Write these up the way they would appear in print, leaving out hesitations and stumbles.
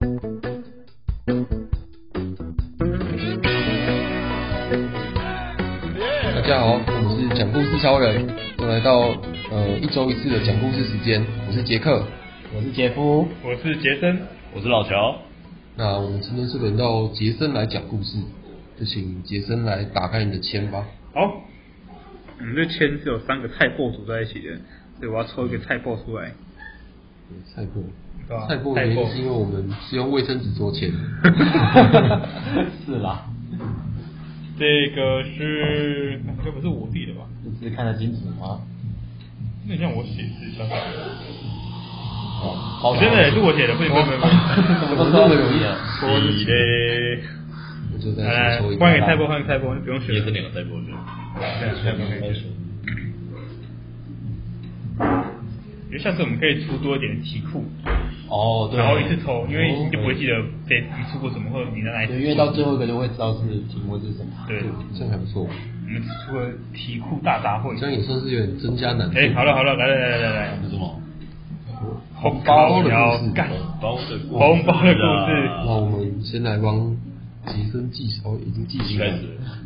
大家好，我们是讲故事超人，又来到一周一次的讲故事时间。我是杰克， 我是杰夫， 我是杰森， 我是老乔。 那我们今天是轮到杰森来讲故事，就请杰森来打开你的签吧。 好，我们这签是有3个菜脯组在一起的，所以我要抽一个菜脯出来。 菜脯，菜脯的原因是因为我们是用卫生纸做签。 是啦。 这个是，这不是我写的吧？ 这是看得清楚吗？ 那像我写是像。 好， 真的是我写的，不行， 怎么这么容易啊？ 你嘞？ 我就再抽一个。 换个菜脯，换个菜脯，你不用选。 也是2个菜脯选。 对，选。因为下次我们可以出多一点题库。 哦，对。 然后一次抽，因为你就不会记得你出过什么，或者你在哪里。 因为到最后一个就会知道是题目是什么。 对， 这样还不错。 我们出了题库大杂烩， 这样也算是有点增加难度。 好了，来， 是什么？ 红包的故事，红包的故事。 那我们先来帮杰森记熟，已经记起来了。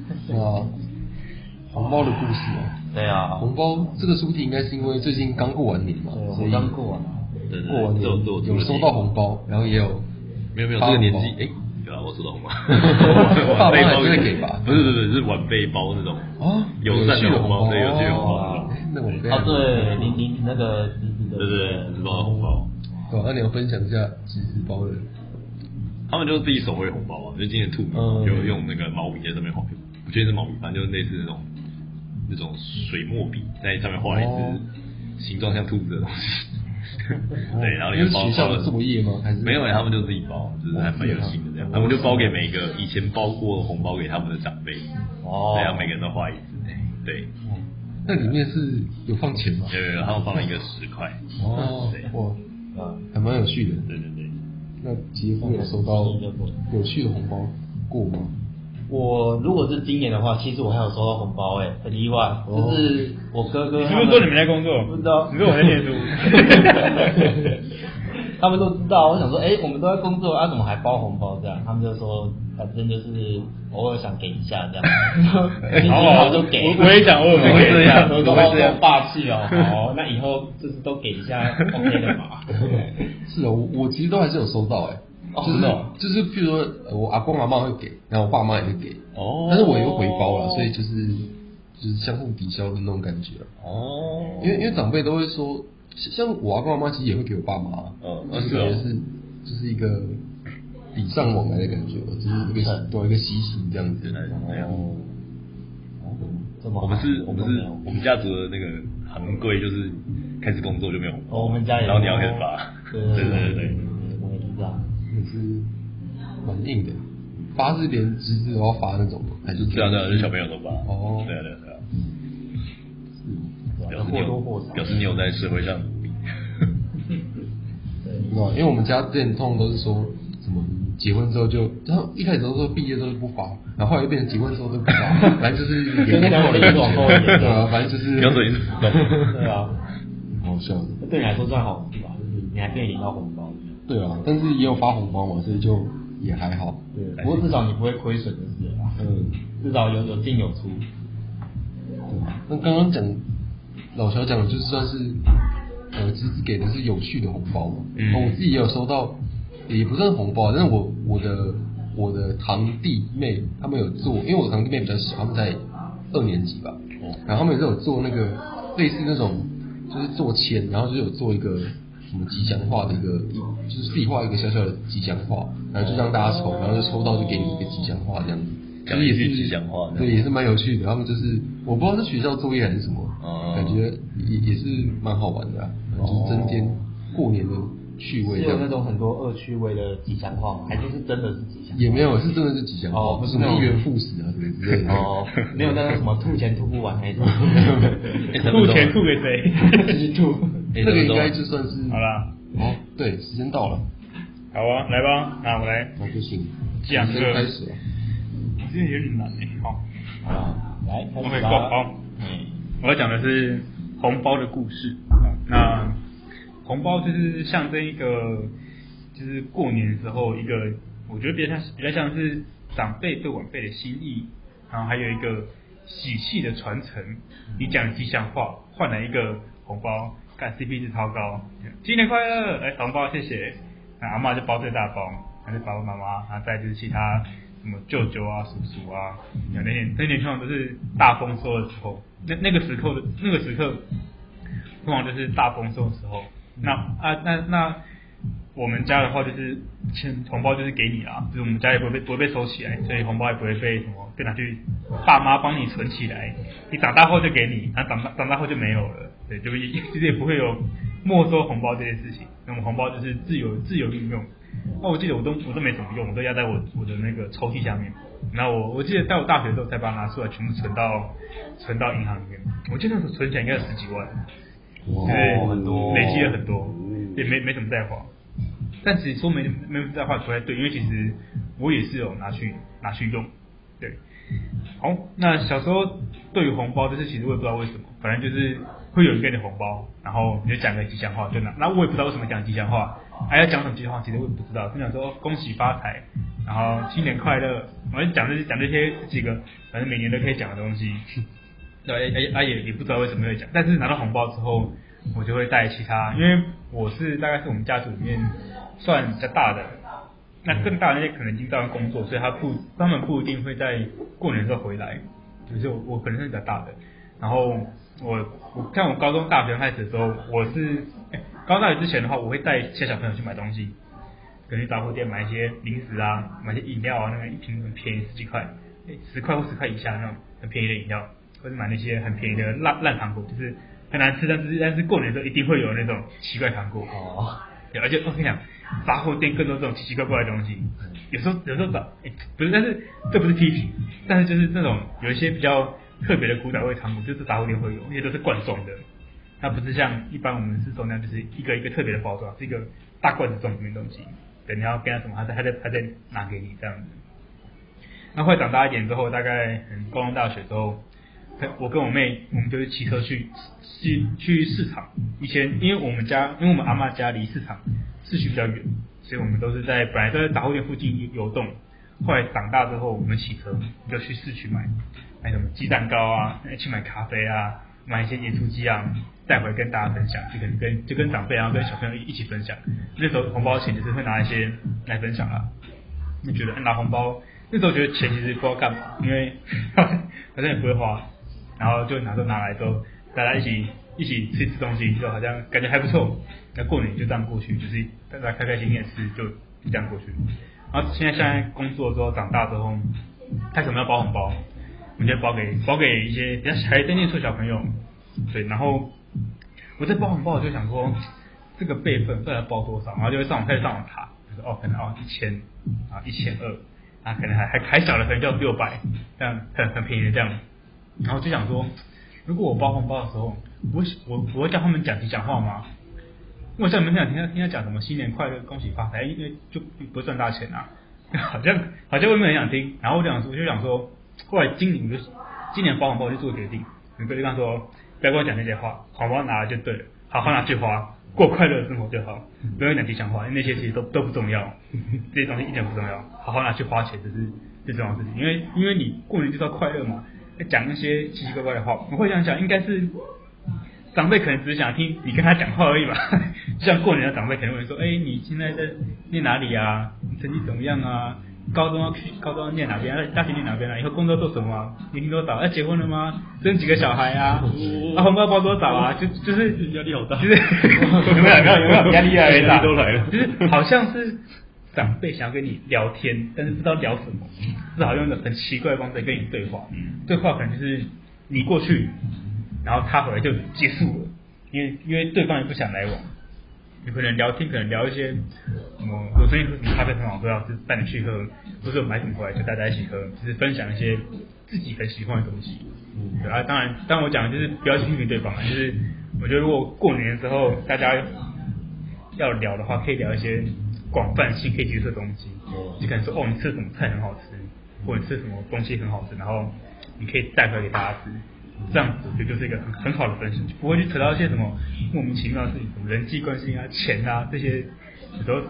红包的故事啊。 对啊。 红包这个书题应该是因为最近刚过完年嘛，所以刚过完。 过完年有收到红包，然后也有没有这个年纪有啊，我收到红包。 爸妈还是会给吧？ 不是晚辈包那种友善的红包，对，有趣的红包那种。 对，您那个对直包的红包。 对，那你要分享一下直包的。 他们就自己手绘红包啊，就今年兔就用那个毛笔在上面画，不确定是毛笔，反正就是类似那种水墨笔在上面画一只形状像兔子的东西。对，然后你包学校的作业吗？还是没有他们就自己包，就是还蛮有心的这样。他们就包给每一个以前包过红包给他们的长辈，对，然后每个人都画一只，对。 那里面是有放钱吗？ 有，他们放了一个10块。 对，哇，还蛮有趣的。 对。 那杰夫有收到有趣的红包过吗？ 我如果是今年的话，其实我还有收到红包很意外，就是我哥哥。 你是不是说你们在工作？ 不知道， 你说我在念书。 他们都知道，我想说，我们都在工作，怎么还包红包这样？他们就说，反正就是偶尔想给一下这样。好就给。 我也想偶尔给一下， 我说霸气哦。好，那以后就是都给一下 OK 的嘛。 是哦，我其实都还是有收到就是譬如说我阿公阿嬷会给，然后我爸妈也会给，但是我也会回包了，所以就是相互抵消的那种感觉。因为长辈都会说，像我阿公阿妈其实也会给我爸妈，就是感觉就是一个礼尚往来的感觉，就是一个习俗这样子。 我们家族的那个行规就是开始工作就没有红包， 我们家也， 然后你要开始发，对， 我也是这样， 也是蛮硬的，发是连侄子都要发那种，还是对啊，就小朋友都发，对啊，表示你有在社会上努力。 因为我们家之前通常都是说什么结婚之后然后一开始都说毕业之后就不发，然后后来又变成结婚之后都不发，反正就是往后延， 对啊，反正就是标准一直动， 对啊， 好笑的。 对你来说算好事吧，就是你还可以领到红包。 对啊，但是也有发红包嘛，所以就也还好。 对，不过至少你不会亏损就是了。至少有进有出。 对，那刚刚老乔讲的就是算是侄子给的是有趣的红包嘛。我自己也有收到，也不算红包，但是我的堂弟妹他们有做，因为我堂弟妹比较小，他们在2年级吧，然后他们也是有做那个类似那种就是做签，然后就有做一个什么吉祥话的就是自己画一个小小的吉祥话，然后就让大家抽，然后就抽到就给你一个吉祥话这样子，就是也是吉祥话， 对，也是蛮有趣的。他们就是我不知道是学校作业还是什么，感觉也是蛮好玩的，就是增添过年的趣味。 是有那种很多恶趣味的吉祥话吗？还是真的是吉祥话？ 也没有，是真的是吉祥话，不是什么一元复始啊之类的。 没有那种什么吐钱吐不完那种。 吐钱吐给谁？ 鸡吐。 这个应该就算是好啦。 对，时间到了。 好啊，来吧，那我来。 那就行， 讲个开始了。 这有点难好。 来，开始吧。好。我要讲的是红包的故事。那红包就是象征一个， 就是过年的时候一个，我觉得比较像是长辈对晚辈的心意，然后还有一个喜气的传承。你讲吉祥话，换来一个红包，看 CP 值超高，新年快乐，来红包谢谢。那阿嬷就包最大包，还是爸爸妈妈，然后再就是其他什么舅舅啊、叔叔啊，那年通常都是大丰收的时候，那个时刻通常就是大丰收的时候。那我们家的话就是红包就是给你啦，就是我们家也不会被收起来，所以红包也不会被拿去爸妈帮你存起来，你长大后就给你，然后长大后就没有了，对，其实也不会有没收红包这件事情。那么红包就是自由运用。那我记得我都没怎么用，我都压在我的那个抽屉下面。然后我记得在我大学的时候才把它拿出来，全部存到银行里面。我记得那时候存起来应该有10几万，对， 很多， 累积了很多，也没怎么在花。但其实说没在花不太对，因为其实我也是有拿去用，对。好，那小时候对于红包这事，其实我也不知道为什么，反正就是会有人给你红包，然后你就讲个吉祥话就拿。那我也不知道为什么讲吉祥话，还要讲什么吉祥话，其实我也不知道。就讲说恭喜发财，然后新年快乐，我就讲这些几个，反正每年都可以讲的东西。对，也不知道为什么会讲，但是拿到红包之后，我就会带其他，因为我大概是我们家族里面算比较大的。那更大的那些可能已经在外工作，所以他们不一定会在过年的时候回来，就是我可能是比较大的。然后我像我高中大学开始的时候，高中大学之前的话，我会带其他小朋友去买东西，可能去杂货店买一些零食啊，买一些饮料啊，那个一瓶很便宜10几块，10块或10块以下那种很便宜的饮料，或者买那些很便宜的烂糖果，就是很难吃，但是过年的时候一定会有那种奇怪糖果。哦。对，而且我跟你讲，杂货店更多这种奇奇怪怪的东西。有时候不是，但是这不是批评，但是就是那种有一些比较特别的古早味糖果，就是杂货店会有，那些都是罐装的，它不是像一般我们市售那样，就是一个一个特别的包装，是一个大罐子装里面的东西。对，你要跟他什么，他再拿给你这样子。那会长大一点之后，大概高中大学之后，我跟我妹，我们就是骑车去市场。以前因为我们阿嬷家离市区比较远，所以我们本来都在杂货店附近游动。后来长大之后，我们骑车就去市区买什么鸡蛋糕啊，去买咖啡啊，买一些盐酥鸡啊，带回来跟大家分享，就跟长辈然后跟小朋友一起分享。那时候红包钱就是会拿一些来分享啦。就觉得拿红包，那时候觉得钱其实不知道干嘛，因为好像也不会花，然后就拿来之后，大家一起吃东西，就好像感觉还不错。那过年就这样过去，就是大家开开心心的吃，就这样过去。然后现在工作之后长大之后，开始我们要包红包，我们就包给一些还在念书的小朋友，对。然后我在包红包，我就想说这个辈分到底要包多少，然后就会开始上网查，就是可能1000啊1200啊，可能还小的可能就要600，这样很便宜的这样。然后就想说，如果我包红包的时候，我会叫他们讲吉祥话吗？我像你们听他讲什么新年快乐、恭喜发财，因为就不会赚大钱啊，好像我没很想听。然后我就想说，后来今年包红包我就做个决定，就跟他说，不要跟我讲那些话，红包拿了就对了，好好拿去花，过快乐的生活就好，不要讲吉祥话，因为那些其实都不重要，这些东西一点不重要，好好拿去花钱这是最重要的事情。因为你过年就是要快乐嘛，讲那些奇奇怪怪的话，我会这样讲，应该是长辈可能只是想听你跟他讲话而已吧。就像过年的长辈可能会说，你现在在念哪里啊？你成绩怎么样啊？高中要念哪边？大学念哪边啊？以后工作做什么啊？年龄多少？要结婚了吗？生几个小孩啊？红包包多少啊？就是压力好大，就是有没有压力越来越大？都来了，就是好像是长辈想要跟你聊天，但是不知道聊什么，是好像用很奇怪的方式跟你对话。对话可能就是你过去，然后他回来就结束了，因为对方也不想来往。你可能聊天，可能聊一些什么，我最近喝什么咖啡很好喝啊，就是带你去喝，或者我买什么回来就大家一起喝，就是分享一些自己很喜欢的东西。对啊，当然我讲的就是不要去批评对方，就是我觉得如果过年的时候大家要聊的话，可以聊一些广泛性可以接触的东西，就可能说你吃什么菜很好吃，或者吃什么东西很好吃，然后你可以带回来给大家吃。这样子也就是一个很好的分析，不会去扯到一些什么莫名其妙的事情，什么人际关系啊、钱啊这些，有时候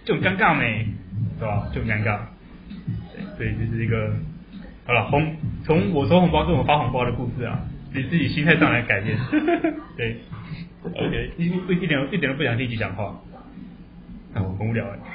就很尴尬没，对吧？就很尴尬。对，所以这是一个好了从我收红包跟我发红包的故事啊，你自己心态上来改变。对 ，OK， 一点都不想听吉祥话，很无聊哎。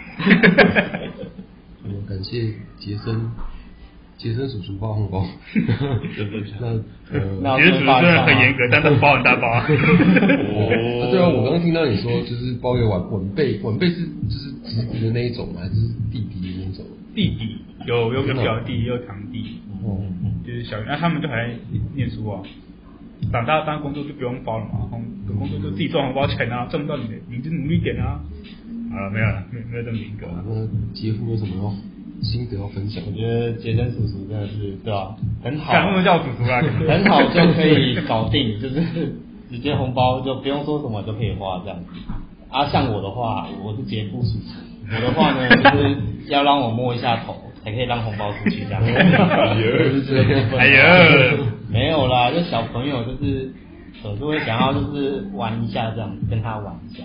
我感谢杰森叔叔发红包， 真的那杰森叔叔虽然很严格，但他包很大包啊。 哦，对啊，我刚刚听到你说就是包给晚辈是就是侄子的那一种吗？还是弟弟的那种？ 弟弟有表弟，也有堂弟，就是小，那他们都还在念书啊。长大当工作就不用包了嘛，工作就自己赚红包钱啊，赚不到你就努力点啊。没有了，没有这么严格。 那杰夫有什么心得要分享？ 我觉得杰森叔叔真的是对吧，很好， 敢那么叫叔叔啊？ 很好就可以搞定，就是直接红包就不用说什么就可以花这样子。啊，像我的话，我是杰夫叔叔，我的话呢就是要让我摸一下头，才可以让红包出去这样。 哎呀， 没有啦，就小朋友就是有时候会想要就是玩一下这样，跟他玩一下。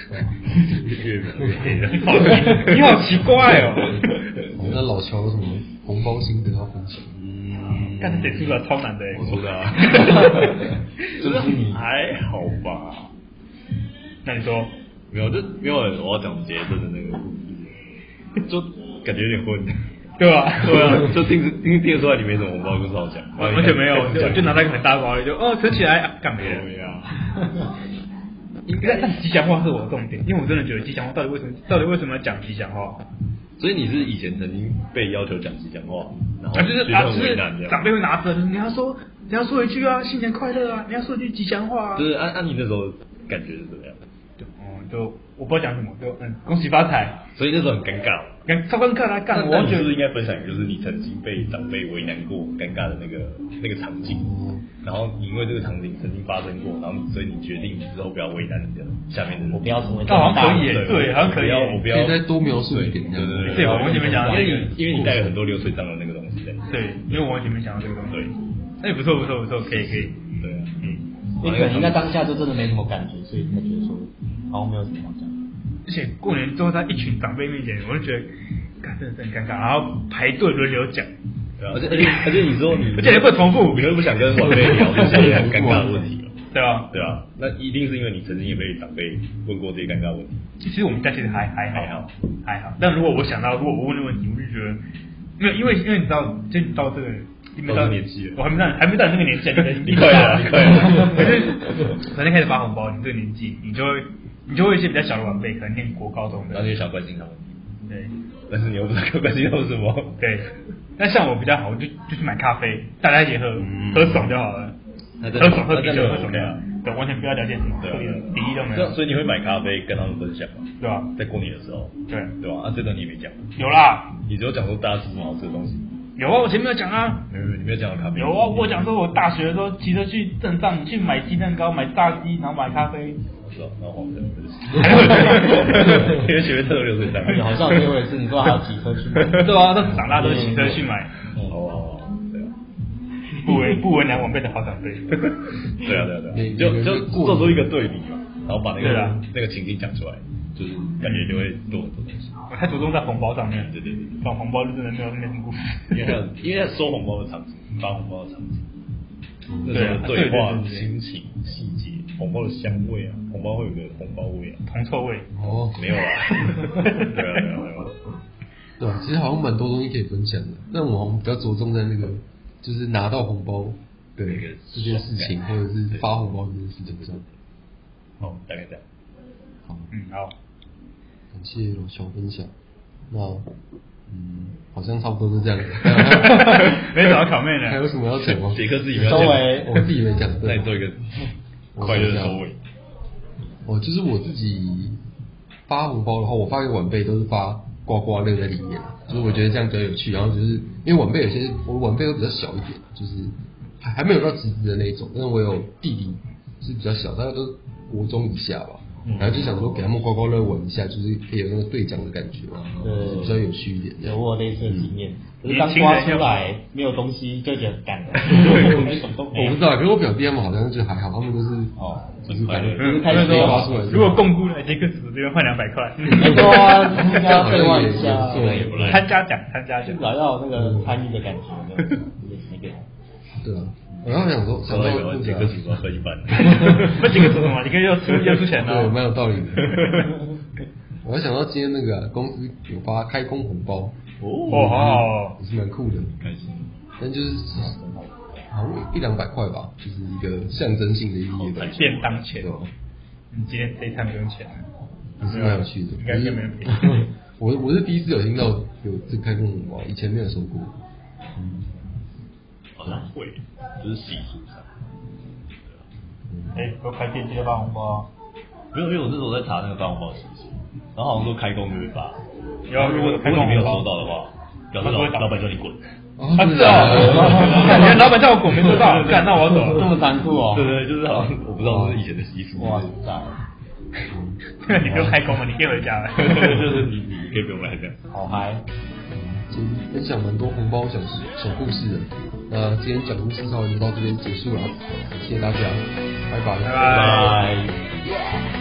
你好奇怪哦。 那老乔有什么红包心得要分享？ 看这写出来超难的哎。 我出的啊。 就是你还好吧？ 那你说？ 没有，就没有我要讲杰森的那个故事，就感觉有点混。 对吧？ 对啊，就听得出来你没什么红包故事好讲。 完全没有，就拿那个很大包，就存起来干没了。 对啊。 但吉祥话是我的重点，因为我真的觉得吉祥话到底为什么要讲吉祥话？ 所以你是以前曾经被要求讲吉祥话，然后就是长辈会拿着，你要说一句啊，新年快乐啊，你要说一句吉祥话啊。 就是按你那时候感觉是怎么样？ 就我不知道讲什么，就恭喜发财。 所以那时候很尴尬， 超尴尬来干。 我觉得是不是应该分享，就是你曾经被长辈为难过、尴尬的那个场景，然后你因为这个场景曾经发生过，然后所以你决定之后不要为难你的下面的人。 我不要成为这么大。 好像可以，对，好像可以。 我不要可以再多描述一点。 对，我完全没想到， 因为你带了很多流水账的那个东西在。 对，因为我完全没想到这个东西。对，那不错，可以。 对啊， 你可能在当下就真的没什么感觉，所以才觉得说好像没有什么好讲。 而且过年都在一群长辈面前，我就觉得，真的是很尴尬，然后排队轮流讲。 对啊，而且你说而且也不重复， 你会不想跟晚辈聊这些很尴尬的问题了。 对啊， 对啊，那一定是因为你曾经也被长辈问过这些尴尬问题。 其实我们家其实还好。但如果我想到，如果我问的问题，我就觉得，没有，因为你知道，就你到这个。 到年纪了， 我还没到你那个年纪， 你快了。 可是可能开始发红包，你这个年纪，你就会一些比较小的晚辈，可能念国高中的， 然后你就想关心他们。 对， 但是你又不知道关心他们什么。 对，但像我比较好，我就去买咖啡，大家一起喝爽就好了，喝爽喝啤酒喝爽的，对，完全不要了解什么敌意都没有。 所以你会买咖啡跟他们分享吗？ 对吧？ 在过年的时候，对吧？这个你也没讲。 有啦， 你只有讲说大家吃什么好吃的东西。 有啊，我前面有讲啊。 没有，你没有讲到咖啡。 有啊，我讲说我大学的时候骑车去镇上去买鸡蛋糕、买炸鸡，然后买咖啡。 我知道，然后黄灯，因为前面特有流水账。 好像我也是，你说还要骑车去买。 对啊，那长大都骑车去买。 对啊。 不为难晚辈的好长辈。 对啊，就做出一个对比嘛，然后把那个情境讲出来。就是感觉就会多很多东西。 我太着重在红包上面。 对。 放红包就真的没有什么故事。 因为收红包的场景，发红包的场景，那时候对话、心情、细节，红包的香味啊，红包会有个红包味啊， 铜臭味。 没有啦。对啊， 其实好像蛮多东西可以分享的，但我好像比较着重在那个，就是拿到红包的这件事情，或者是发红包这件事情上。 好，大概这样。 好。 感谢老乔分享。那好像差不多是这样子。 没找到考妹呢。 还有什么要讲吗？ 杰克自己没有讲。收尾， 我自己没讲。 再做一个快乐的收尾。 就是我自己发红包的话，我发给晚辈都是发刮刮乐在里面，就是我觉得这样比较有趣。然后就是因为晚辈我晚辈都比较小一点，就是还没有到侄子的那种，但是我有弟弟是比较小，大概都国中以下吧。 然后就想说给他们刮刮乐玩一下，就是可以有那个兑奖的感觉嘛，比较有趣一点。 有我类似的经验，可是刚刮出来没有东西就觉得很干了，什么都没有。 我不知道，可是我表弟他们好像就还好，他们都是就是快乐，就是开始刮出来。如果共估来杰克组这边换200块， 没错啊，应该要兑换一下， 参加奖， 至少要有那个参与的感觉的，那个。 对啊。我刚想说，想到那个杰克组要分一半， 分几个组嘛？你可以要出钱对，蛮有道理的。我还想到今天那个公司有发开工红包， 好， 也是蛮酷的， 开心。 但就是好像100-200块吧，就是一个象征性的意义的便当钱。你今天这一餐不用钱， 也是蛮有趣的。 应该没人赔。 我是第一次有听到有这个开工红包，以前没有收过。 好像会，就是习俗上。 都开店记得发红包啊。 没有，因为我那时候在查那个发红包习俗，然后好像说开工就会发。 然后如果你没有收到的话，表示老板叫你滚。 是啊，感觉老板叫我滚没收到，干那我要走了。 这么残酷哦？ 对，就是好像我不知道是以前的习俗。 哇塞！ 你不用开工了，你可以回家了。 就是你可以不用来这样。 好嗨！ 今天分享蛮多红包小故事的。那今天讲故事稍微就到这边结束了，谢谢大家，拜拜。 拜拜。